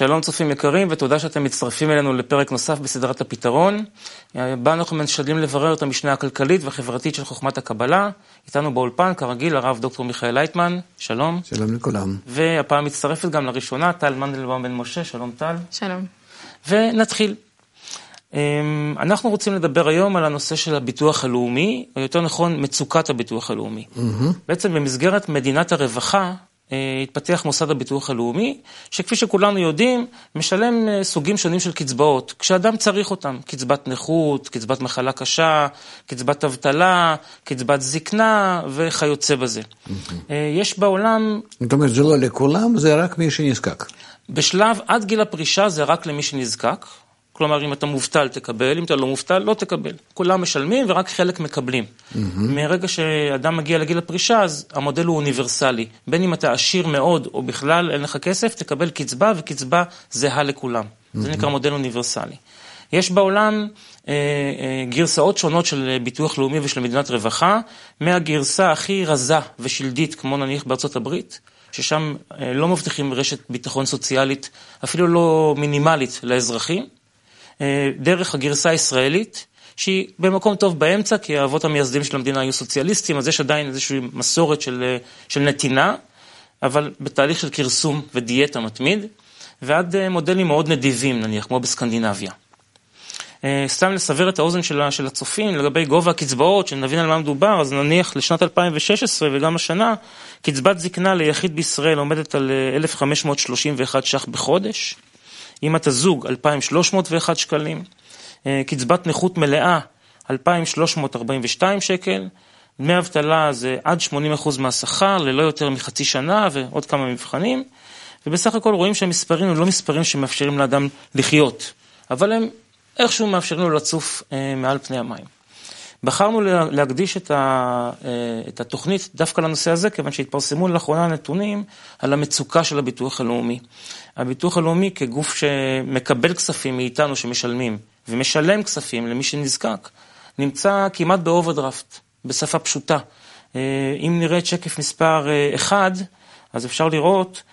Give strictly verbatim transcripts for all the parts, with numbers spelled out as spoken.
שלום צופים יקרים, ותודה שאתם מצטרפים אלינו לפרק נוסף בסדרת הפתרון. בה אנחנו משתדלים לברר את המשנה הכלכלית והחברתית של חוכמת הקבלה. איתנו באולפן, כרגיל, הרב דוקטור מיכאל לייטמן. שלום. שלום לכולם. והפעם מצטרפת גם לראשונה, טל מנדלבאום בן משה. שלום טל. שלום. ונתחיל. אנחנו רוצים לדבר היום על הנושא של הביטוח הלאומי, או יותר נכון, מצוקת הביטוח הלאומי. Mm-hmm. בעצם במסגרת מדינת הרווחה, התפתח מוסד הביטוח הלאומי, שכפי שכולנו יודעים, משלם סוגים שונים של קצבאות, כשאדם צריך אותם, קצבת נכות, קצבת מחלה קשה, קצבת אבטלה, קצבת זקנה וכיוצא בזה. Mm-hmm. יש בעולם... זאת אומרת, זה לא לכולם, זה רק מי שנזקק. בשלב, עד גיל הפרישה זה רק למי שנזקק, כלומר, אם אתה מובטל תקבל, אם אתה לא מובטל לא תקבל. כולם משלמים ורק חלק מקבלים. Mm-hmm. מרגע שאדם מגיע לגיל הפרישה, אז המודל הוא אוניברסלי. בין אם אתה עשיר מאוד או בכלל אין לך כסף, תקבל קצבה וקצבה זהה לכולם. Mm-hmm. זה נקרא מודל אוניברסלי. יש בעולם אה, אה, גרסאות שונות של ביטוח לאומי ושל מדינת רווחה, מהגרסה הכי רזה ושלדית, כמו נניח בארצות הברית, ששם אה, לא מבטיחים רשת ביטחון סוציאלית, אפילו לא מינימלית לאזרחים. דרך הגרסה הישראלית, שהיא במקום טוב באמצע, כי האבות המייסדים של המדינה היו סוציאליסטים, אז יש עדיין איזושהי מסורת של, של נתינה, אבל בתהליך של קרסום ודיאטה מתמיד, ועד מודלים מאוד נדיבים, נניח, כמו בסקנדינביה. סתם לסבר את האוזן של, של הצופים, לגבי גובה הקצבאות, שנבין על מה מדובר, אז נניח לשנת אלפיים ושש עשרה וגם השנה, קצבת זקנה ליחיד בישראל עומדת על אלף חמש מאות שלושים ואחד ש"ח בחודש, אם אתה זוג, אלפיים ושלוש מאות ואחד שקלים, קצבת נכות מלאה, אלפיים ושלוש מאות ארבעים ושתיים שקל, דמי אבטלה זה עד שמונים אחוז מהשכר, ללא יותר מחצי שנה ועוד כמה מבחנים, ובסך הכל רואים שהמספרים הם לא מספרים שמאפשרים לאדם לחיות, אבל הם איכשהו מאפשרים לו לצוף מעל פני המים. בחרנו להקדיש את, ה, את התוכנית דווקא לנושא הזה, כיוון שהתפרסמו לאחרונה נתונים על המצוקה של הביטוח הלאומי. הביטוח הלאומי כגוף שמקבל כספים מאיתנו שמשלמים, ומשלם כספים למי שנזקק, נמצא כמעט באוברדרפט, בשפה פשוטה. אם נראה את שקף מספר אחד, אז אפשר לראות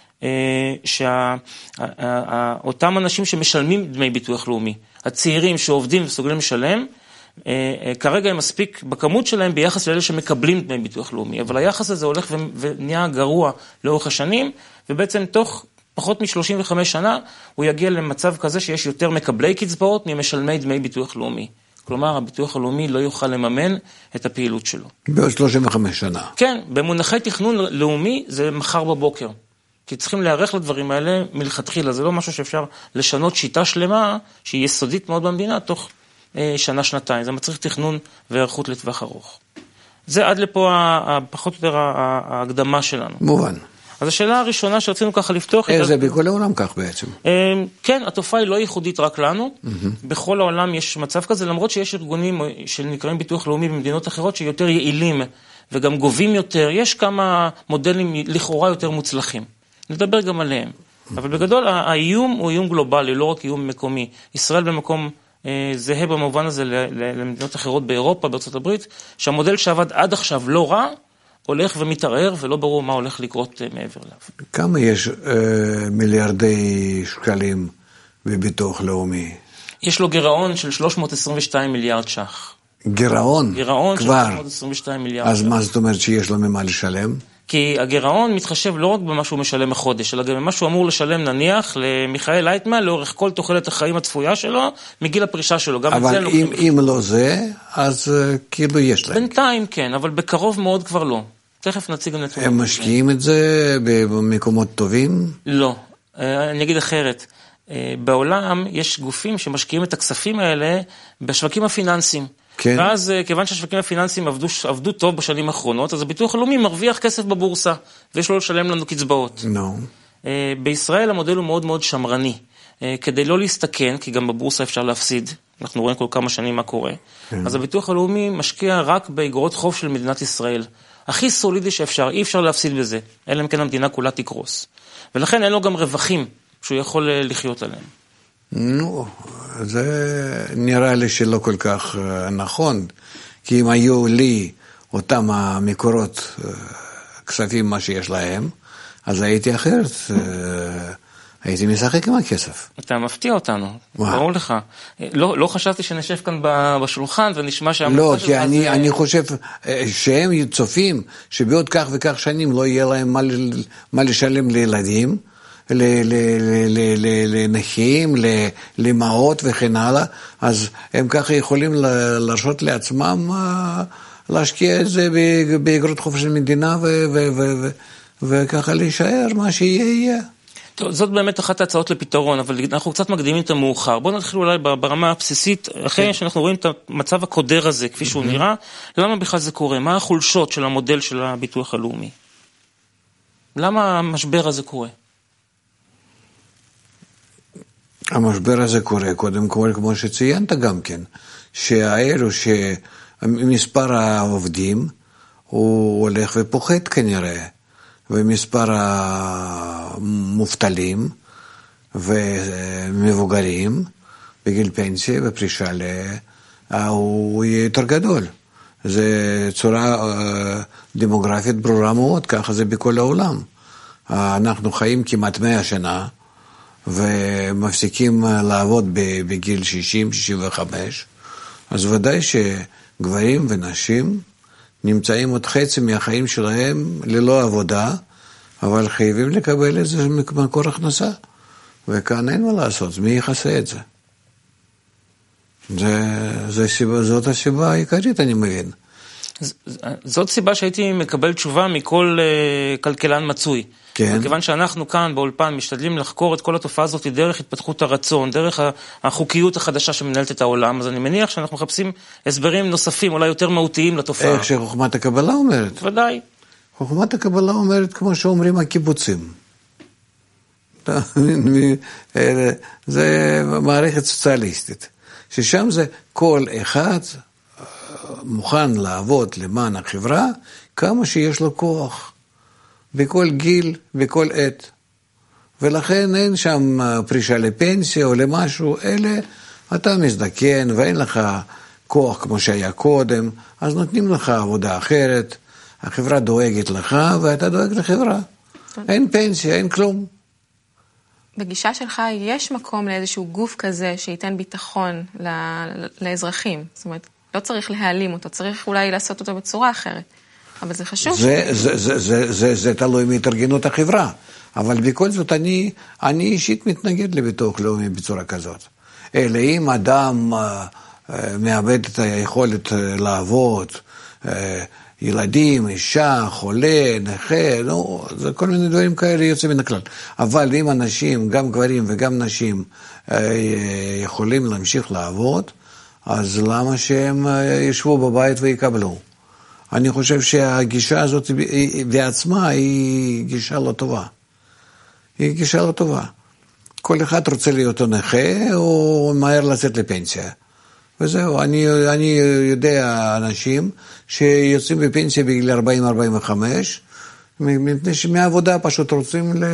שאותם אנשים שמשלמים דמי ביטוח לאומי, הצעירים שעובדים וסוגלים לשלם, כרגע הם מספיק בכמות שלהם ביחס לאלה שמקבלים דמי ביטוח לאומי, אבל היחס הזה הולך ונהיה גרוע לאורך השנים, ובעצם תוך פחות מ-שלושים וחמש שנה הוא יגיע למצב כזה שיש יותר מקבלי קצבאות ממשלמי דמי ביטוח לאומי. כלומר, הביטוח הלאומי לא יוכל לממן את הפעילות שלו. בעוד שלושים וחמש שנה. כן, במונחי תכנון לאומי זה מחר בבוקר. כי צריכים להיערך לדברים האלה מלכתחילה. זה לא משהו שאפשר לשנות שיטה שלמה שהיא יסודית מאוד במדינה תוך שנה, שנתיים. זה מצריך תכנון והערכות לטווח ארוך. זה עד לפה פחות או יותר ההקדמה שלנו. מובן. אז השאלה הראשונה שרצינו ככה לפתוח... זה בכל העולם כך בעצם. כן, התופעה היא לא ייחודית רק לנו. בכל העולם יש מצב כזה, למרות שיש ארגונים שנקראים ביטוח לאומי במדינות אחרות שיותר יעילים וגם גובים יותר. יש כמה מודלים לכאורה יותר מוצלחים. נדבר גם עליהם. אבל בגדול האיום הוא איום גלובלי, לא רק איום מקומי. ישראל במקום... זהה במובן הזה למדינות אחרות באירופה, בארצות הברית, שהמודל שעבד עד עכשיו לא רע, הולך ומתערער, ולא ברור מה הולך לקרות מעבר אליו. כמה יש אה, מיליארדי שקלים בביטוח לאומי? יש לו גירעון של שלוש מאות עשרים ושתיים מיליארד ש"ח. גירעון? גירעון כבר. של שלוש מאות עשרים ושתיים מיליארד אז ש"ח. מה זאת אומרת שיש לו ממה לשלם? כי הגירעון מתחשב לא רק במה שהוא משלם החודש, אלא גם במה שהוא אמור לשלם נניח למיכאל לייטמן לאורך כל תוחלת החיים הצפויה שלו, מגיל הפרישה שלו. גם אבל אם, אם לא זה, אז uh, כאילו יש להם. בינתיים כן, אבל בקרוב מאוד כבר לא. תכף נציג הנתונים. הם משקיעים את זה במקומות טובים? לא. אני אגיד אחרת. בעולם יש גופים שמשקיעים את הכספים האלה בשווקים הפיננסיים. כן. ואז כיוון שהשווקים הפיננסיים עבדו, עבדו טוב בשנים האחרונות, אז הביטוח הלאומי מרוויח כסף בבורסה, ויש לו לשלם לנו קצבאות. No. בישראל המודל הוא מאוד מאוד שמרני, כדי לא להסתכן, כי גם בבורסה אפשר להפסיד, אנחנו רואים כל כמה שנים מה קורה, כן. אז הביטוח הלאומי משקיע רק באגרות חוב של מדינת ישראל, הכי סולידי שאפשר, אי אפשר להפסיד בזה, אלא אם כן המדינה כולה תקרוס. ולכן אין לו גם רווחים שהוא יכול לחיות עליהם. נו, זה נראה לי שלא כל כך נכון, כי אם היו לי אותם המקורות כספים מה שיש להם, אז הייתי אחרת הייתי משחק עם הכסף. אתה מפתיע אותנו, ברור לך. לא, לא חשבתי שנשב כאן בשולחן ונשמע שהמצב לא, שלך כי אני, זה... אני חושב שהם צופים שבעוד כך וכך שנים לא יהיה להם מה, מה לשלם לילדים, לנכים, למעות וכן הלאה, אז הם ככה יכולים להרשות לעצמם להשקיע את זה באגרות חוב של מדינה וככה להישאר, מה שיהיה יהיה. טוב, זאת באמת אחת ההצעות לפתרון, אבל אנחנו קצת מקדימים את המאוחר. בואו נתחיל אולי ברמה הבסיסית, אחרי שאנחנו רואים את המצב הקודר הזה, כפי שהוא נראה, למה בכלל זה קורה? מה החולשות של המודל של הביטוח הלאומי? למה המשבר הזה קורה? המשבר הזה קורה, קודם כל, כמו שציינת גם כן, שהאלו שמספר העובדים הוא הולך ופוחת כנראה, ומספר המובטלים ומבוגרים בגיל פנסיה ופרישה הוא יהיה יותר גדול. זו צורה דמוגרפית ברורה מאוד, ככה זה בכל העולם. אנחנו חיים כמעט מאה שנה, ומפסיקים לעבוד בגיל שישים שישים וחמש, אז ודאי שגברים ונשים נמצאים עוד חצי מהחיים שלהם ללא עבודה, אבל חייבים לקבל את זה מקור הכנסה, וכאן אין מה לעשות, מי יכסה את זה? זה, זה סיבה, זאת הסיבה העיקרית, אני מבין. זאת סיבה שהייתי מקבל תשובה מכל uh, כלכלן מצוי. כן. מכיוון שאנחנו כאן באולפן משתדלים לחקור את כל התופעה הזאת דרך התפתחות הרצון, דרך החוקיות החדשה שמנהלת את העולם, אז אני מניח שאנחנו מחפשים הסברים נוספים, אולי יותר מהותיים לתופעה. איך שחוכמת הקבלה אומרת? ודאי. חוכמת הקבלה אומרת כמו שאומרים הקיבוצים. זה מערכת סוציאליסטית, ששם זה כל אחד מוכן לעבוד למען החברה כמה שיש לו כוח, בכל גיל, בכל עת. ולכן אין שם פרישה לפנסיה או למשהו, אלה אתה מזדקן ואין לך כוח כמו שהיה קודם, אז נותנים לך עבודה אחרת, החברה דואגת לך ואתה דואג לחברה. אין פנסיה, אין כלום. בגישה שלך יש מקום לאיזשהו גוף כזה שייתן ביטחון לאזרחים, זאת אומרת, לא צריך להעלים אותו, צריך אולי לעשות אותו בצורה אחרת. אבל זה חשוב. זה, זה, זה, זה, זה, זה תלוי מהתארגנות החברה. אבל בכל זאת, אני, אני אישית מתנגד לביטוח לאומי בצורה כזאת. אלא אם אדם uh, מאבד את היכולת לעבוד, uh, ילדים, אישה, חולה, נכה, לא, זה כל מיני דברים כאלה יוצאים מן הכלל. אבל אם אנשים, גם גברים וגם נשים, uh, יכולים להמשיך לעבוד, אז למה שהם ישבו בבית ויקבלו? אני חושב שהגישה הזאת בעצמה היא גישה לא טובה. היא גישה לא טובה. כל אחד רוצה להיות נכה או מהר לצאת לפנסיה. וזהו, אני, אני יודע אנשים שיוצאים בפנסיה בגיל ארבעים ארבעים וחמש, מפני שמעבודה פשוט רוצים ל...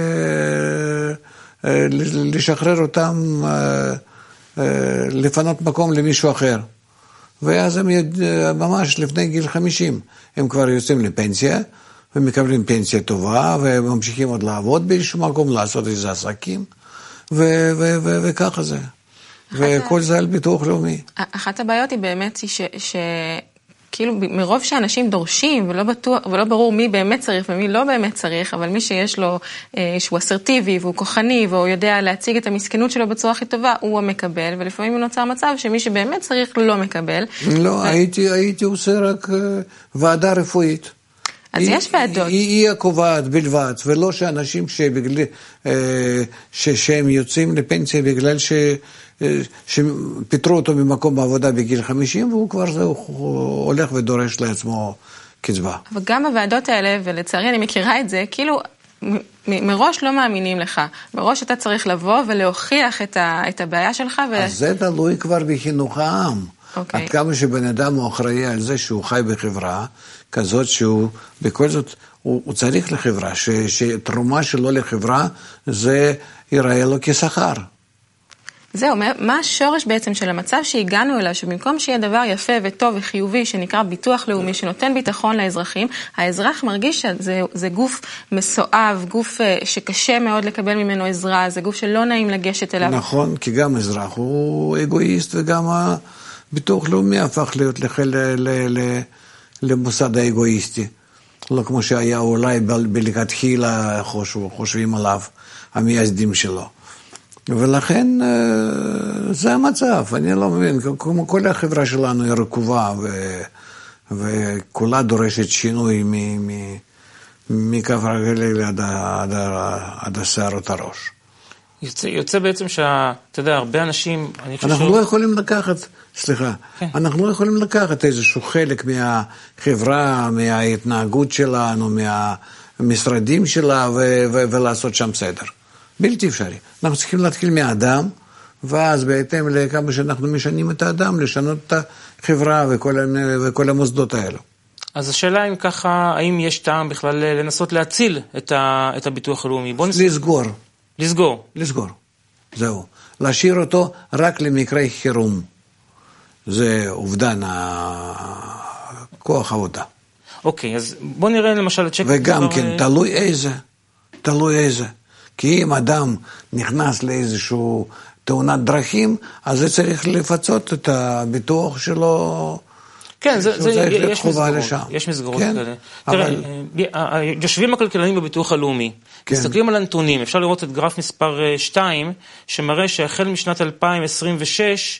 לשחרר אותם, לפנות מקום למישהו אחר. ואז הם ממש לפני גיל חמישים, הם כבר יוצאים לפנסיה, ומקבלים פנסיה טובה, וממשיכים עוד לעבוד באיזשהו מקום, לעשות איזה עסקים, ו- ו- ו- וככה זה. וכל זה על ביטוח לאומי. אחת הבעיות היא באמת ש... ש... כאילו מרוב שאנשים דורשים, ולא בטוח, ולא ברור מי באמת צריך ומי לא באמת צריך, אבל מי שיש לו, שהוא אסרטיבי והוא כוחני, והוא יודע להציג את המסכנות שלו בצורה הכי טובה, הוא המקבל, ולפעמים הוא נוצר מצב שמי שבאמת צריך לא מקבל. לא, ו... הייתי, הייתי עושה רק ועדה רפואית. אז היא, יש ועדות. היא, היא הקובעת בלבד, ולא שאנשים שבגלל, ש, שהם יוצאים לפנסיה בגלל ש... שפיתרו אותו ממקום בעבודה בגיל חמישים, והוא כבר זה, הוא הולך ודורש לעצמו קצבה. אבל גם הוועדות האלה, ולצערי אני מכירה את זה, כאילו מ- מראש לא מאמינים לך. מראש אתה צריך לבוא ולהוכיח את, ה- את הבעיה שלך. ו... אז זה תלוי כבר בחינוך העם. Okay. עד כמה שבן אדם הוא אחראי על זה שהוא חי בחברה, כזאת שהוא בכל זאת, הוא, הוא צריך לחברה, ש- שתרומה שלו לחברה זה ייראה לו כשכר. זהו, מה השורש בעצם של המצב שהגענו אליו, שבמקום שיהיה דבר יפה וטוב וחיובי, שנקרא ביטוח לאומי, שנותן ביטחון לאזרחים, האזרח מרגיש שזה גוף מסואב, גוף שקשה מאוד לקבל ממנו עזרה, זה גוף שלא נעים לגשת אליו. נכון, כי גם אזרח הוא אגואיסט, וגם הביטוח לאומי הפך להיות למוסד האגואיסטי. לא כמו שהיה אולי בלכתחילה חושבים עליו המייסדים שלו. ולכן זה המצב, אני לא מבין, כמו כל החברה שלנו היא רקובה וכולה דורשת שינוי מכף רגל עד השערות הראש. יוצא, יוצא בעצם שאתה יודע, הרבה אנשים... אנחנו לא יכולים לקחת, סליחה, אנחנו לא יכולים לקחת איזשהו חלק מהחברה, מההתנהגות שלנו, מהמשרדים שלה ולעשות שם סדר. בלתי אפשרי. אנחנו צריכים להתחיל מהאדם, ואז בהתאם לכמה שאנחנו משנים את האדם, לשנות את החברה וכל, וכל המוסדות האלו. אז השאלה אם ככה, האם יש טעם בכלל לנסות להציל את, ה, את הביטוח הלאומי? בוא נס... לסגור. לסגור. לסגור. זהו. להשאיר אותו רק למקרי חירום. זה אובדן כוח העבודה. אוקיי, אז בוא נראה למשל את שקט. וגם כן, ו... תלוי איזה. תלוי איזה. כי אם אדם נכנס לאיזשהו תאונת דרכים, אז זה צריך לפצות את הביטוח שלו. כן, זה, זה, יש מסגרות, לשם. יש מסגרות כן, כאלה. אבל... תראה, יושבים הכלכלנים בביטוח הלאומי, כן. מסתכלים על הנתונים, אפשר לראות את גרף מספר שתיים, שמראה שהחל משנת אלפיים עשרים ושש,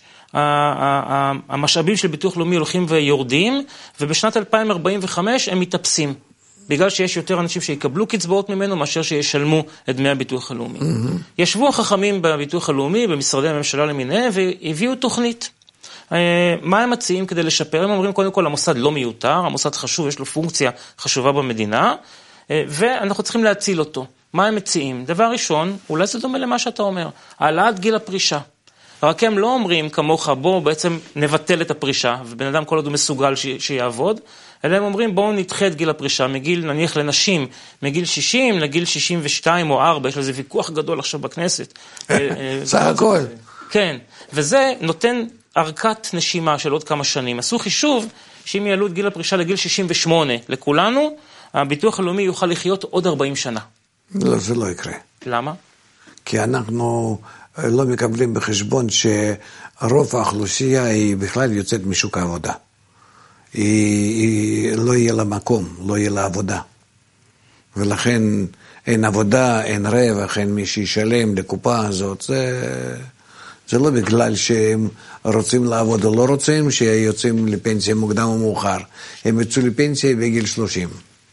המשאבים של ביטוח לאומי הולכים ויורדים, ובשנת אלפיים ארבעים וחמש הם מתאפסים. בגלל שיש יותר אנשים שיקבלו קצבאות ממנו, מאשר שישלמו את דמי הביטוח הלאומי. Mm-hmm. ישבו החכמים בביטוח הלאומי, במשרדי הממשלה למיניהם, והביאו תוכנית. מה הם מציעים כדי לשפר? הם אומרים, קודם כל, המוסד לא מיותר, המוסד חשוב, יש לו פונקציה חשובה במדינה, ואנחנו צריכים להציל אותו. מה הם מציעים? דבר ראשון, אולי זה דומה למה שאתה אומר, העלאת גיל הפרישה. רק הם לא אומרים כמוך, בוא בעצם נבטל את הפרישה, ובן אדם כל עוד הוא מסוגל ש... שיעבוד, אלא הם אומרים בואו נדחה את גיל הפרישה, מגיל נניח לנשים, מגיל שישים לגיל שישים ושתיים או ארבע, יש לזה ויכוח גדול עכשיו בכנסת. סך הכל. כן, וזה נותן ארכת נשימה של עוד כמה שנים. עשו חישוב שאם יעלו את גיל הפרישה לגיל שישים ושמונה לכולנו, הביטוח הלאומי יוכל לחיות עוד ארבעים שנה. לא, זה לא יקרה. למה? כי אנחנו לא מקבלים בחשבון שרוב האוכלוסייה היא בכלל יוצאת משוק העבודה. היא, היא לא יהיה לה מקום, לא יהיה לה עבודה. ולכן אין עבודה, אין רווח, אין מי שישלם לקופה הזאת. זה, זה לא בגלל שהם רוצים לעבוד או לא רוצים, שיוצאים לפנסיה מוקדם או מאוחר. הם יוצאו לפנסיה בגיל שלושים.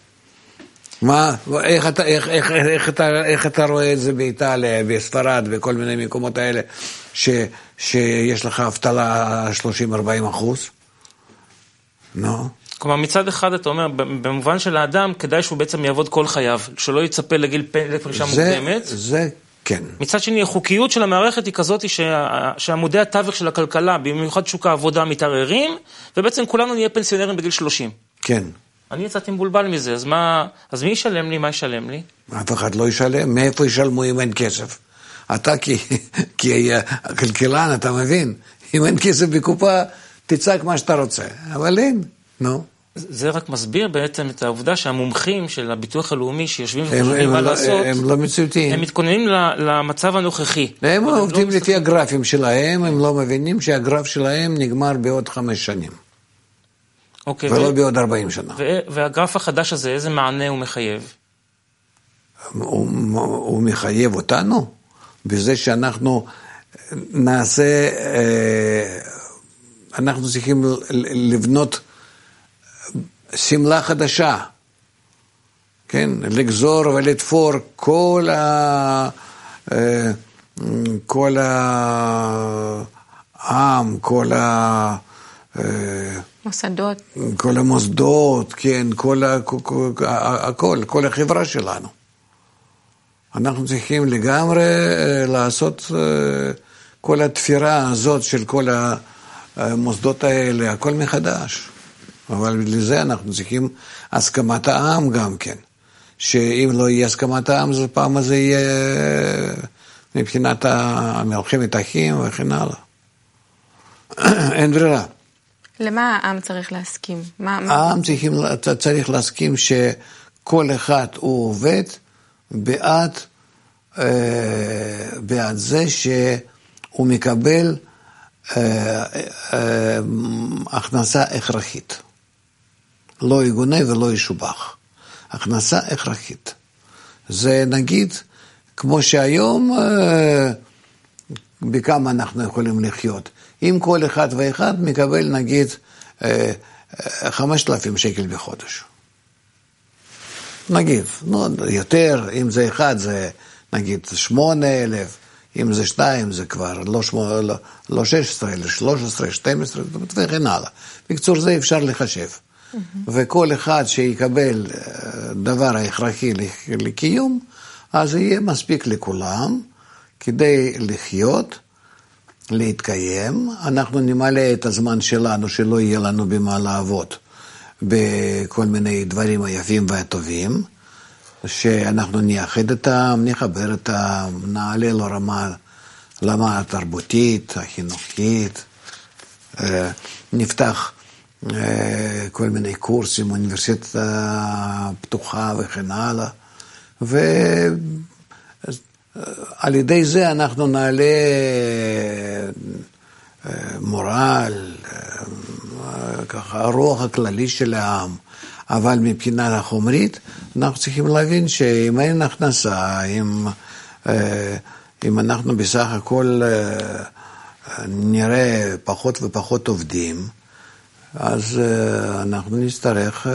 מה, איך אתה, איך, איך, איך, אתה, איך אתה רואה את זה באיטליה, בספרד, בכל מיני מקומות האלה, ש, שיש לך אבטלה שלושים ארבעים אחוז? לא. כלומר, מצד אחד אתה אומר, במובן של האדם, כדאי שהוא בעצם יעבוד כל חייו, שלא יצפה לגיל פרישה מוקדמת. זה כן. מצד שני, החוקיות של המערכת היא כזאת שעמודי התווך של הכלכלה, במיוחד שוק העבודה, מתערערים, ובעצם כולנו נהיה פנסיונרים בגיל שלושים. כן. אני יצאתי מבולבל מזה, אז מה, אז מי ישלם לי, מה ישלם לי? אף אחד לא ישלם, מאיפה ישלמו אם אין כסף? אתה כי, כי הכלכלן, אתה מבין, אם אין כסף בקופה, תצעק מה שאתה רוצה, אבל אין, נו. זה רק מסביר בעצם את העובדה שהמומחים של הביטוח הלאומי שיושבים וחושבים מה לעשות, הם לא מציאותיים. הם מתכוננים למצב הנוכחי. הם עובדים לפי הגרפים שלהם, הם לא מבינים שהגרף שלהם נגמר בעוד חמש שנים. אוקיי. ולא בעוד ארבעים שנה. והגרף החדש הזה, איזה מענה הוא מחייב? הוא מחייב אותנו, בזה שאנחנו נעשה, אנחנו צריכים לבנות סמלה חדשה, כן? לגזור ולתפור כל ה... כל העם, כל ה... מוסדות. כל המוסדות, כן, כל ה... הכל, כל החברה שלנו. אנחנו צריכים לגמרי לעשות כל התפירה הזאת של כל המוסדות האלה, הכל מחדש. אבל לזה אנחנו צריכים הסכמת העם גם כן. שאם לא יהיה הסכמת העם, אז פעם הזה יהיה מבחינת מלחמת אחים וכן הלאה. אין ברירה. למה העם צריך להסכים? מה, העם מה... צריכים, צריך להסכים שכל אחד הוא עובד בעד, אה, בעד זה שהוא מקבל אה, אה, הכנסה הכרחית. לא יגונה ולא ישובח. הכנסה הכרחית. זה נגיד, כמו שהיום, אה, בכמה אנחנו יכולים לחיות. אם כל אחד ואחד מקבל נגיד חמשת אלפים שקל בחודש. נגיד, לא, יותר, אם זה אחד זה נגיד שמונה אלף, אם זה שתיים זה כבר לא, שמו, לא, לא שש עשרה, אלא שלוש עשרה, שתים עשרה וכן הלאה. בקצור זה אפשר לחשב. Mm-hmm. וכל אחד שיקבל דבר ההכרחי לקיום, אז יהיה מספיק לכולם כדי לחיות, להתקיים, אנחנו נמלא את הזמן שלנו, שלא יהיה לנו במה לעבוד, בכל מיני דברים היפים והטובים, שאנחנו נייחד אותם, נחבר אותם, נעלה לרמה, לרמה התרבותית, החינוכית, נפתח כל מיני קורסים, אוניברסיטה פתוחה וכן הלאה, ו... על ידי זה אנחנו נעלה מורל, ככה, הרוח הכללי של העם, אבל מבחינה החומרית אנחנו צריכים להבין שאם אין הכנסה, אם, אם אנחנו בסך הכל נראה פחות ופחות עובדים, אז אנחנו נצטרך,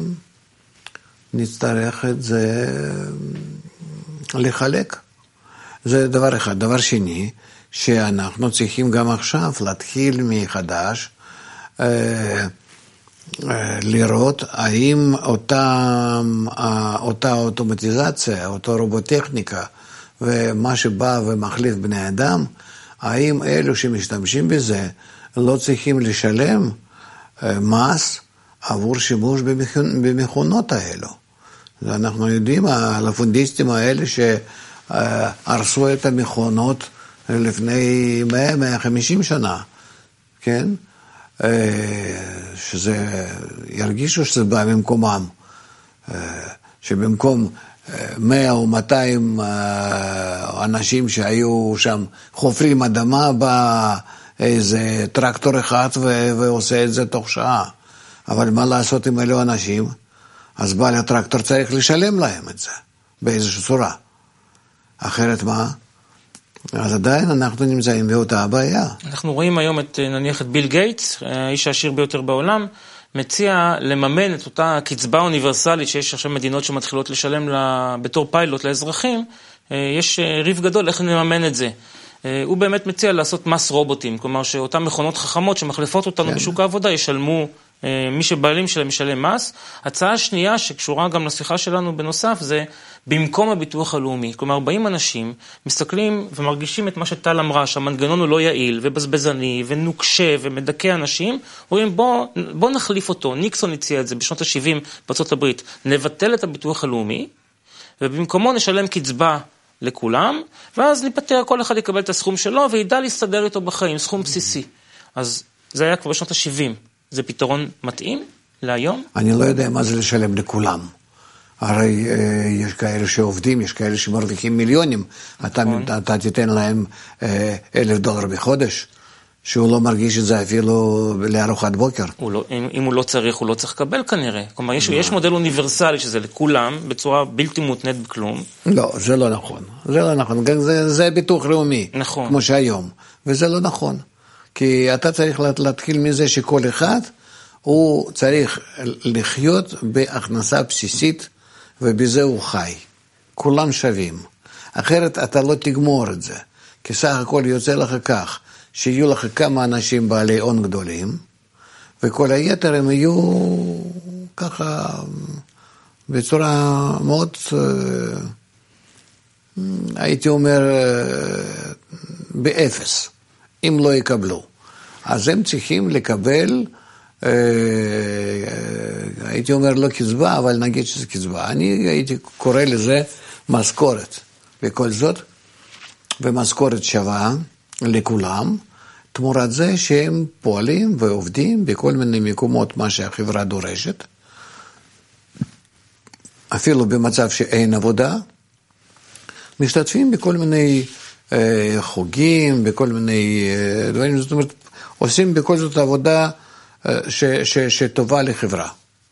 נצטרך את זה לחלק. זה דבר אחד. דבר שני, שאנחנו צריכים גם עכשיו להתחיל מחדש, אה, אה, לראות האם אותה, אותה אוטומטיזציה, אותה רובוטכניקה, ומה שבא ומחליף בני אדם, האם אלו שמשתמשים בזה לא צריכים לשלם אה, מס עבור שימוש במכונות האלו. אנחנו יודעים על הפונדיסטים האלה ש... הרסו את המכונות לפני מאה עד מאה וחמישים שנה, כן? שזה, ירגישו שזה בא ממקומם, שבמקום מאה או מאתיים אנשים שהיו שם חופרים אדמה, בא איזה טרקטור אחד ועושה את זה תוך שעה. אבל מה לעשות עם אלו אנשים? אז בעל הטרקטור צריך לשלם להם את זה, באיזושהי צורה. אחרת מה? אז עדיין אנחנו נמצאים באותה הבעיה. אנחנו רואים היום את, נניח את ביל גייטס, האיש העשיר ביותר בעולם, מציע לממן את אותה קצבה אוניברסלית שיש עכשיו מדינות שמתחילות לשלם לה, בתור פיילוט לאזרחים, יש ריב גדול איך נממן את זה. הוא באמת מציע לעשות מס רובוטים, כלומר שאותן מכונות חכמות שמחלפות אותנו כן. בשוק העבודה ישלמו, מי שבעלים שלהם משלם מס. הצעה שנייה שקשורה גם לשיחה שלנו בנוסף זה במקום הביטוח הלאומי. כלומר, באים אנשים, מסתכלים ומרגישים את מה שטל אמרה, שהמנגנון הוא לא יעיל ובזבזני ונוקשה ומדכא אנשים, אומרים בוא, בוא נחליף אותו. ניקסון הציע את זה בשנות ה-שבעים בארצות הברית, נבטל את הביטוח הלאומי ובמקומו נשלם קצבה לכולם, ואז ניפטר, כל אחד יקבל את הסכום שלו וידע להסתדר איתו בחיים, סכום בסיסי. אז זה היה כבר בשנות ה-שבעים. זה פתרון מתאים להיום? אני לא יודע מה זה לשלם לכולם. הרי אה, יש כאלה שעובדים, יש כאלה שמרוויחים מיליונים. נכון. אתה, אתה תיתן להם אה, אלף דולר בחודש, שהוא לא מרגיש את זה אפילו לארוחת בוקר. הוא לא, אם, אם הוא לא צריך, הוא לא צריך לקבל כנראה. כלומר, יש, יש מודל אוניברסלי שזה לכולם, בצורה בלתי מותנית בכלום. לא, זה לא נכון. זה לא נכון. זה, זה ביטוח לאומי. נכון. כמו שהיום. וזה לא נכון. כי אתה צריך להתחיל מזה שכל אחד, הוא צריך לחיות בהכנסה בסיסית, ובזה הוא חי. כולם שווים. אחרת אתה לא תגמור את זה. כי סך הכל יוצא לך כך, שיהיו לך כמה אנשים בעלי הון גדולים, וכל היתר הם יהיו ככה, בצורה מאוד, הייתי אומר, באפס. אם לא יקבלו. אז הם צריכים לקבל, אה, הייתי אומר לא קצבה, אבל נגיד שזה קצבה. אני הייתי קורא לזה משכורת. וכל זאת, ומשכורת שווה לכולם, תמורת זה שהם פועלים ועובדים בכל מיני מקומות מה שהחברה דורשת, אפילו במצב שאין עבודה, משתתפים בכל מיני אה, חוגים, בכל מיני אה, דברים, זאת אומרת, עושים בכל זאת עבודה אה, ש, ש, שטובה לחברה.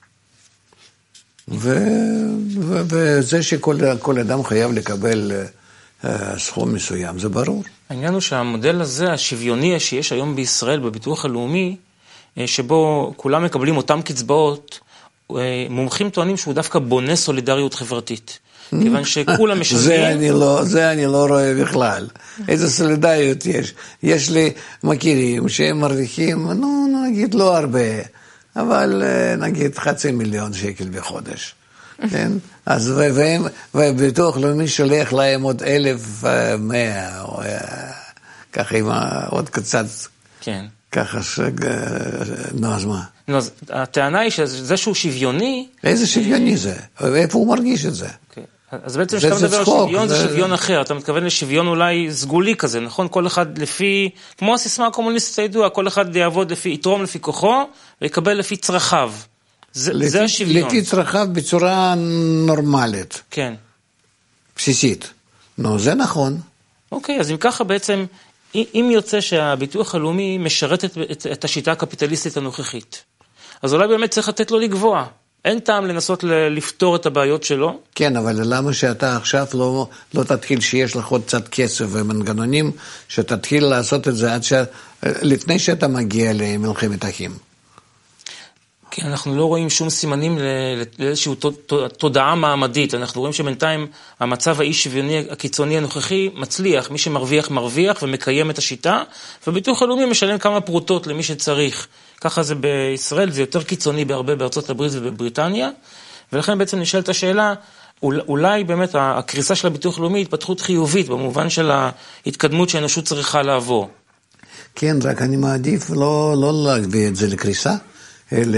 ו, ו, וזה שכל כל אדם חייב לקבל אה, סכום מסוים, זה ברור. העניין הוא שהמודל הזה, השוויוני שיש היום בישראל בביטוח הלאומי, אה, שבו כולם מקבלים אותם קצבאות, מומחים טוענים שהוא דווקא בונה סולידריות חברתית, כיוון שכולם משלמים... זה אני לא, זה אני לא רואה בכלל. איזה סולידריות יש? יש לי מכירים שהם מרוויחים, נו, נגיד לא הרבה, אבל נגיד חצי מיליון שקל בחודש. כן? אז והם, וביטוח לאומי שולח להם עוד אלף מאה, או ככה עם עוד קצת... כן. ככה ש... נו, אז מה? נו, אז הטענה היא שזה שהוא שוויוני... איזה שוויוני זה? איפה הוא מרגיש את זה? אז בעצם כשאתה מדבר על שוויון זה שוויון אחר, אתה מתכוון לשוויון אולי סגולי כזה, נכון? כל אחד לפי, כמו הסיסמה הקומוניסטית הידועה, כל אחד יעבוד לפי, יתרום לפי כוחו, ויקבל לפי צרכיו. זה השוויון. לפי צרכיו בצורה נורמלית. כן. בסיסית. נו, זה נכון. אוקיי, אז אם ככה בעצם... אם יוצא שהביטוח הלאומי משרת את, את, את השיטה הקפיטליסטית הנוכחית, אז אולי באמת צריך לתת לו לגבוה. אין טעם לנסות לפתור את הבעיות שלו. כן, אבל למה שאתה עכשיו לא, לא תתחיל שיש לך עוד קצת כסף ומנגנונים, שתתחיל לעשות את זה עד ש... לפני שאתה מגיע למלחמת אחים? כי אנחנו לא רואים שום סימנים לאיזושהי תודעה מעמדית. אנחנו רואים שבינתיים המצב האי שוויוני הקיצוני הנוכחי מצליח. מי שמרוויח מרוויח ומקיים את השיטה, והביטוח הלאומי משלם כמה פרוטות למי שצריך. ככה זה בישראל, זה יותר קיצוני בהרבה בארצות הברית ובבריטניה, ולכן בעצם נשאלת השאלה, אולי באמת הקריסה של הביטוח הלאומי היא התפתחות חיובית, במובן של ההתקדמות שהאנושות צריכה לעבור. כן, רק אני מעדיף לא, לא להביא את זה לקריסה, אלא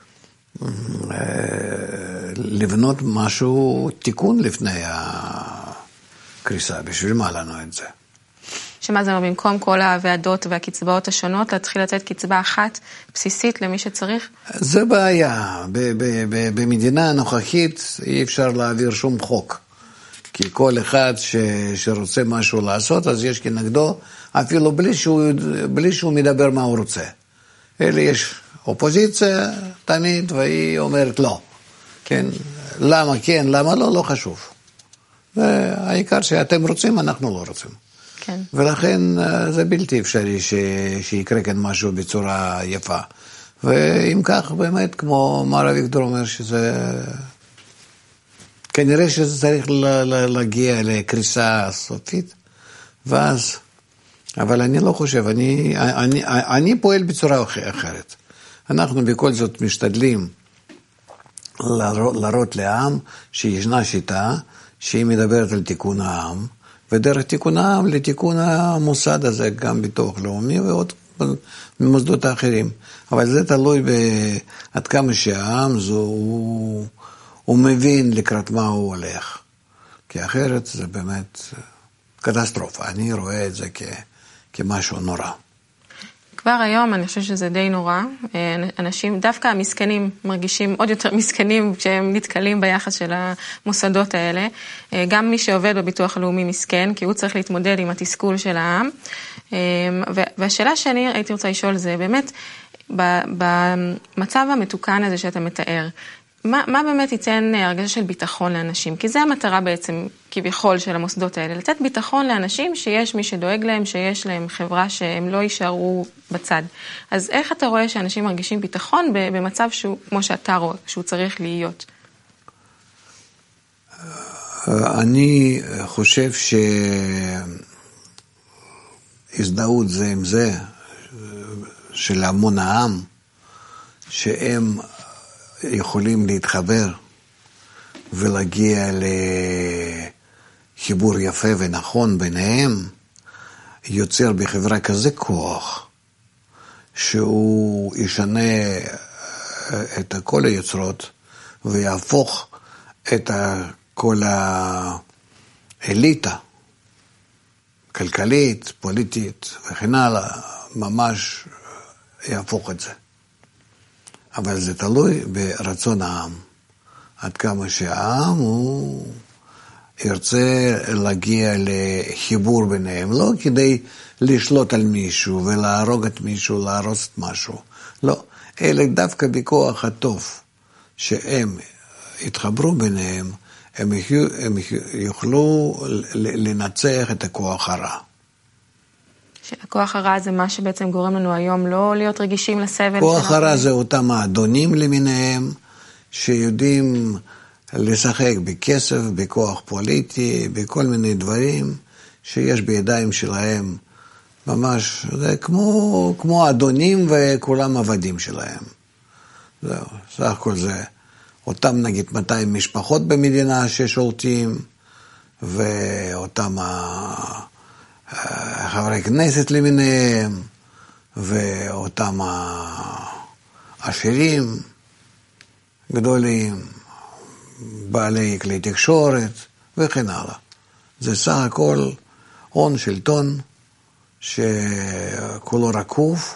לבנות משהו, תיקון לפני הקריסה, בשביל מה לנו את זה? שמה זה אומר, במקום כל הוועדות והקצבאות השונות, להתחיל לתת קצבה אחת בסיסית למי שצריך? זה בעיה. במדינה הנוכחית אי אפשר להעביר שום חוק. כי כל אחד ש, שרוצה משהו לעשות, אז יש כנגדו, אפילו בלי שהוא, בלי שהוא מדבר מה הוא רוצה. אלא יש אופוזיציה תמיד, והיא אומרת לא. כן? למה כן, למה לא, לא חשוב. והעיקר שאתם רוצים, אנחנו לא רוצים. כן. ולכן זה בלתי אפשרי ש... שיקרה כאן משהו בצורה יפה. ואם כך, באמת, כמו מר אביגדור אומר, שזה... כנראה שזה צריך להגיע לקריסה סופית, ואז... אבל אני לא חושב, אני, אני, אני פועל בצורה אחרת. אנחנו בכל זאת משתדלים להראות לעם שישנה שיטה שהיא מדברת על תיקון העם, ודרך תיקון העם לתיקון המוסד הזה, גם ביטוח לאומי ועוד במוסדות האחרים. אבל זה תלוי עד כמה שהעם זו, הוא, הוא מבין לקראת מה הוא הולך. כי אחרת זה באמת קטסטרופה. אני רואה את זה כ, כמשהו נורא. כבר היום אני חושבת שזה די נורא. אנשים, דווקא המסכנים, מרגישים עוד יותר מסכנים כשהם נתקלים ביחס של המוסדות האלה. גם מי שעובד בביטוח הלאומי מסכן, כי הוא צריך להתמודד עם התסכול של העם. והשאלה שאני הייתי רוצה לשאול זה, באמת, במצב המתוקן הזה שאתה מתאר, מה, מה באמת ייתן הרגשה של ביטחון לאנשים? כי זה המטרה בעצם, כביכול, של המוסדות האלה, לתת ביטחון לאנשים שיש מי שדואג להם, שיש להם חברה שהם לא יישארו בצד. אז איך אתה רואה שאנשים מרגישים ביטחון במצב שהוא, כמו שאתה רואה, שהוא צריך להיות? אני חושב שהזדהות זה עם זה, של המון העם, שהם יכולים להתחבר ולהגיע לחיבור יפה ונכון ביניהם, יוצר בחברה כזה כוח, שהוא ישנה את כל היוצרות ויהפוך את כל האליטה, כלכלית, פוליטית וכן הלאה, ממש יהפוך את זה. אבל זה תלוי ברצון העם. עד כמה שהעם הוא ירצה להגיע לחיבור ביניהם, לא כדי לשלוט על מישהו ולהרוג את מישהו, להרוס את משהו. לא, אלא דווקא בכוח הטוב שהם יתחברו ביניהם, הם, יחיו, הם יוכלו לנצח את הכוח הרע. הכוח הרע זה מה שבעצם גורם לנו היום לא להיות רגישים לסבל. כוח הרע זה אותם האדונים למיניהם, שיודעים לשחק בכסף, בכוח פוליטי, בכל מיני דברים שיש בידיים שלהם. ממש, זה כמו, כמו אדונים וכולם עבדים שלהם. זהו, סך הכל זה. אותם נגיד מאתיים משפחות במדינה ששולטים, ואותם חברי כנסת למיניהם, ואותם העשירים גדולים, בעלי כלי תקשורת וכן הלאה. זה סך הכל הון שלטון שכולו רקוף,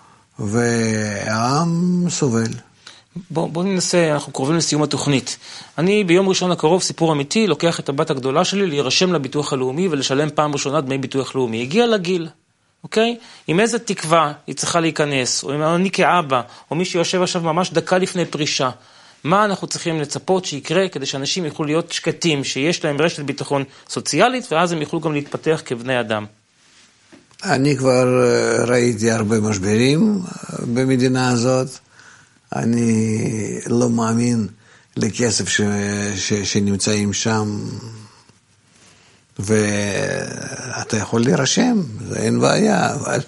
והעם סובל. בואו בוא ננסה, אנחנו קרובים לסיום התוכנית. אני ביום ראשון הקרוב, סיפור אמיתי, לוקח את הבת הגדולה שלי להירשם לביטוח הלאומי ולשלם פעם ראשונה דמי ביטוח לאומי. הגיע לגיל, אוקיי? עם איזה תקווה היא צריכה להיכנס, או אם אני כאבא, או מי שיושב עכשיו ממש דקה לפני פרישה, מה אנחנו צריכים לצפות שיקרה כדי שאנשים יוכלו להיות שקטים, שיש להם רשת ביטחון סוציאלית, ואז הם יוכלו גם להתפתח כבני אדם? אני כבר ראיתי הרבה משברים במדינה הזאת. אני לא מאמין לכסף ש, ש, שנמצאים שם, ואתה יכול להירשם, זה אין בעיה, אבל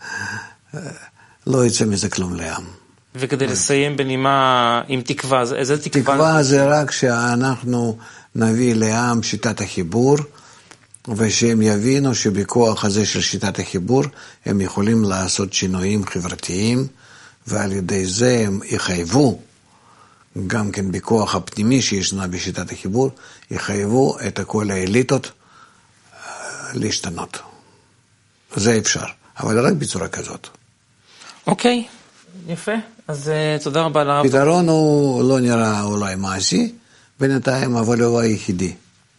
לא יצא מזה כלום לעם. וכדי לסיים בנימה עם תקווה, איזה תקווה? תקווה זה רק שאנחנו נביא לעם שיטת החיבור, ושהם יבינו שבכוח הזה של שיטת החיבור, הם יכולים לעשות שינויים חברתיים, ועל ידי זה הם יחייבו, גם כן בכוח הפנימי שישנה בשיטת החיבור, יחייבו את כל האליטות להשתנות. זה אפשר, אבל רק בצורה כזאת. אוקיי, יפה. אז uh, תודה רבה לרב. פתרון הוא לא נראה אולי מעשי, בינתיים, אבל הוא היחידי.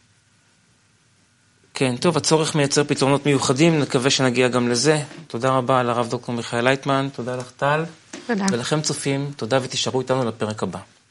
כן, טוב, הצורך מייצר פתרונות מיוחדים, נקווה שנגיע גם לזה. תודה רבה לרב דוקטור מיכאל לייטמן, תודה לך טל. תודה. ולכם צופים, תודה ותישארו איתנו לפרק הבא.